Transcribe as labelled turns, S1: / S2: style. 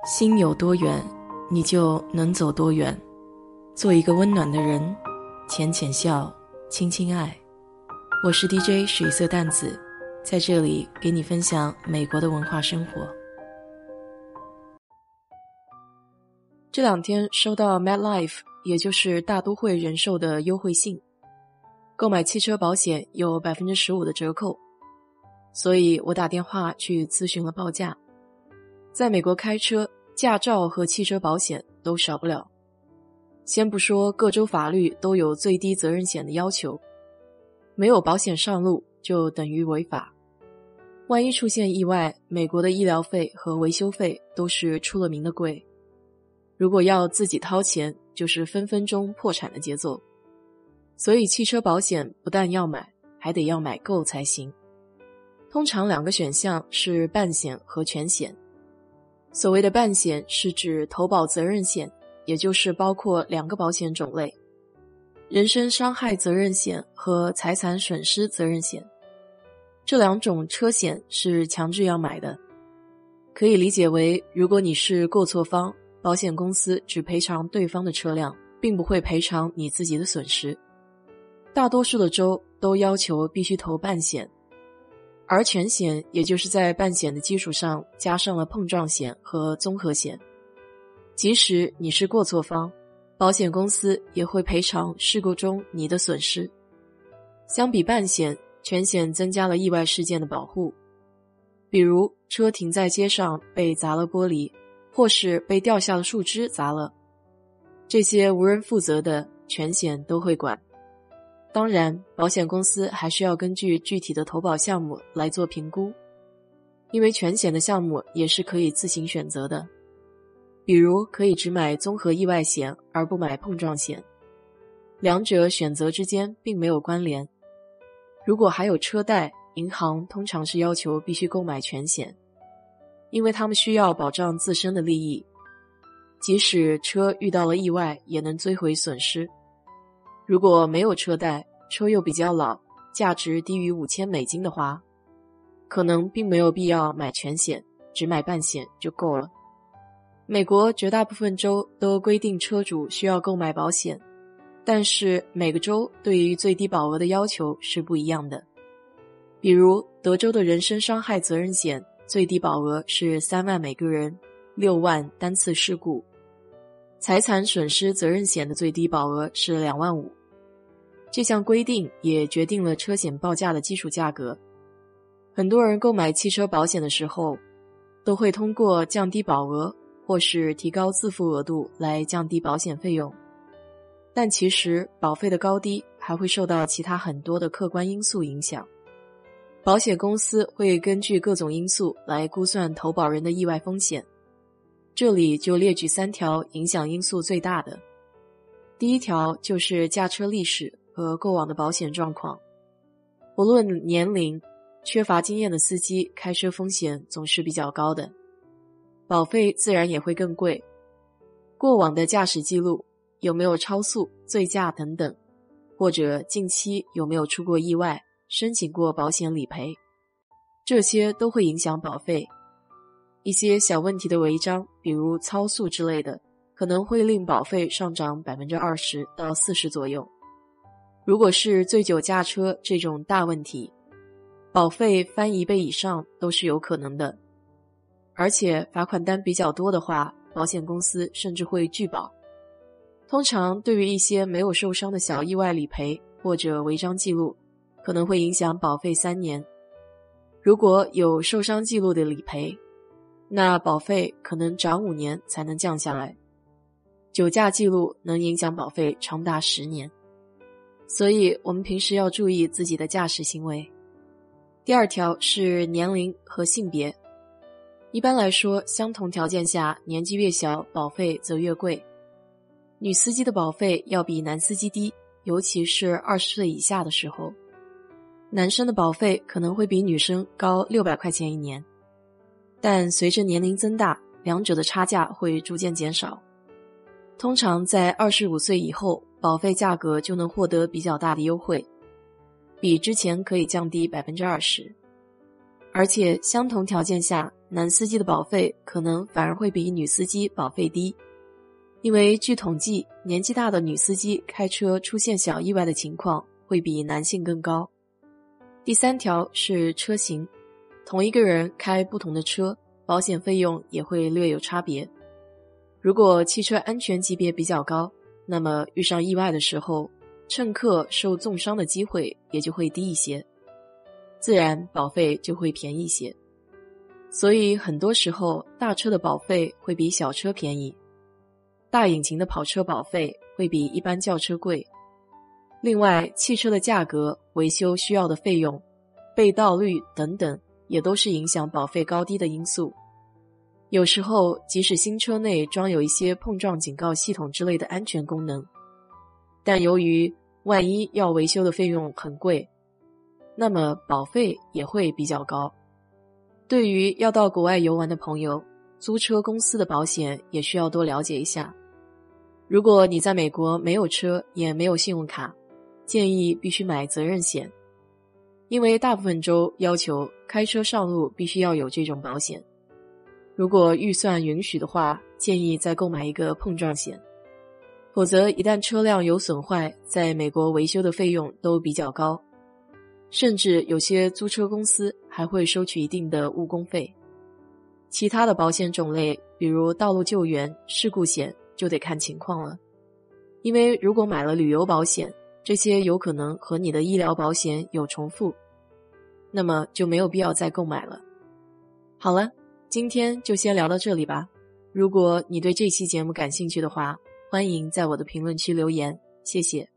S1: 心有多远，你就能走多远。做一个温暖的人，浅浅笑，轻轻爱。我是 DJ 水色淡子，在这里给你分享美国的文化生活。这两天收到 MetLife， 也就是大都会人寿的优惠信，购买汽车保险有 15% 的折扣，所以我打电话去咨询了报价。在美国开车，驾照和汽车保险都少不了。先不说各州法律都有最低责任险的要求，没有保险上路就等于违法。万一出现意外，美国的医疗费和维修费都是出了名的贵。如果要自己掏钱，就是分分钟破产的节奏。所以汽车保险不但要买，还得要买够才行。通常两个选项是半险和全险。所谓的半险是指投保责任险，也就是包括两个保险种类：人身伤害责任险和财产损失责任险。这两种车险是强制要买的，可以理解为，如果你是过错方，保险公司只赔偿对方的车辆，并不会赔偿你自己的损失。大多数的州都要求必须投半险，而全险也就是在半险的基础上加上了碰撞险和综合险。即使你是过错方，保险公司也会赔偿事故中你的损失。相比半险，全险增加了意外事件的保护，比如车停在街上被砸了玻璃，或是被掉下的树枝砸了，这些无人负责的，全险都会管。当然，保险公司还需要根据具体的投保项目来做评估，因为全险的项目也是可以自行选择的，比如可以只买综合意外险而不买碰撞险，两者选择之间并没有关联。如果还有车贷，银行通常是要求必须购买全险，因为他们需要保障自身的利益，即使车遇到了意外也能追回损失。如果没有车贷，车又比较老，价值低于$5000的话，可能并没有必要买全险，只买半险就够了。美国绝大部分州都规定车主需要购买保险，但是每个州对于最低保额的要求是不一样的。比如德州的人身伤害责任险最低保额是3万每个人，6万单次事故。财产损失责任险的最低保额是2万5。这项规定也决定了车险报价的基础价格。很多人购买汽车保险的时候，都会通过降低保额或是提高自付额度来降低保险费用。但其实保费的高低还会受到其他很多的客观因素影响。保险公司会根据各种因素来估算投保人的意外风险。这里就列举3条影响因素最大的。第一条就是驾车历史和过往的保险状况。不论年龄，缺乏经验的司机开车风险总是比较高的，保费自然也会更贵。过往的驾驶记录，有没有超速、醉驾等等，或者近期有没有出过意外，申请过保险理赔，这些都会影响保费。一些小问题的违章，比如超速之类的，可能会令保费上涨 20% 到40%左右。如果是醉酒驾车这种大问题，保费翻1倍以上都是有可能的。而且罚款单比较多的话，保险公司甚至会拒保。通常对于一些没有受伤的小意外理赔或者违章记录，可能会影响保费3年。如果有受伤记录的理赔，那保费可能涨5年才能降下来。酒驾记录能影响保费长达10年。所以我们平时要注意自己的驾驶行为。第二条是年龄和性别。一般来说，相同条件下，年纪越小，保费则越贵。女司机的保费要比男司机低，尤其是20岁以下的时候。男生的保费可能会比女生高600块钱一年。但随着年龄增大，两者的差价会逐渐减少。通常在25岁以后，保费价格就能获得比较大的优惠，比之前可以降低 20%。而且相同条件下， 男司机的保费可能反而会比女司机保费低，因为据统计，年纪大的女司机开车出现小意外的情况会比男性更高。第3条是车型，同一个人开不同的车，保险费用也会略有差别。如果汽车安全级别比较高，那么遇上意外的时候，乘客受重伤的机会也就会低一些，自然保费就会便宜些。所以很多时候大车的保费会比小车便宜，大引擎的跑车保费会比一般轿车贵。另外，汽车的价格、维修需要的费用、被盗率等等，也都是影响保费高低的因素。有时候，即使新车内装有一些碰撞警告系统之类的安全功能，但由于万一要维修的费用很贵，那么保费也会比较高。对于要到国外游玩的朋友，租车公司的保险也需要多了解一下。如果你在美国没有车也没有信用卡，建议必须买责任险，因为大部分州要求开车上路必须要有这种保险。如果预算允许的话，建议再购买一个碰撞险，否则一旦车辆有损坏，在美国维修的费用都比较高，甚至有些租车公司还会收取一定的误工费。其他的保险种类，比如道路救援、事故险，就得看情况了。因为如果买了旅游保险，这些有可能和你的医疗保险有重复，那么就没有必要再购买了。好了，今天就先聊到这里吧。如果你对这期节目感兴趣的话，欢迎在我的评论区留言，谢谢。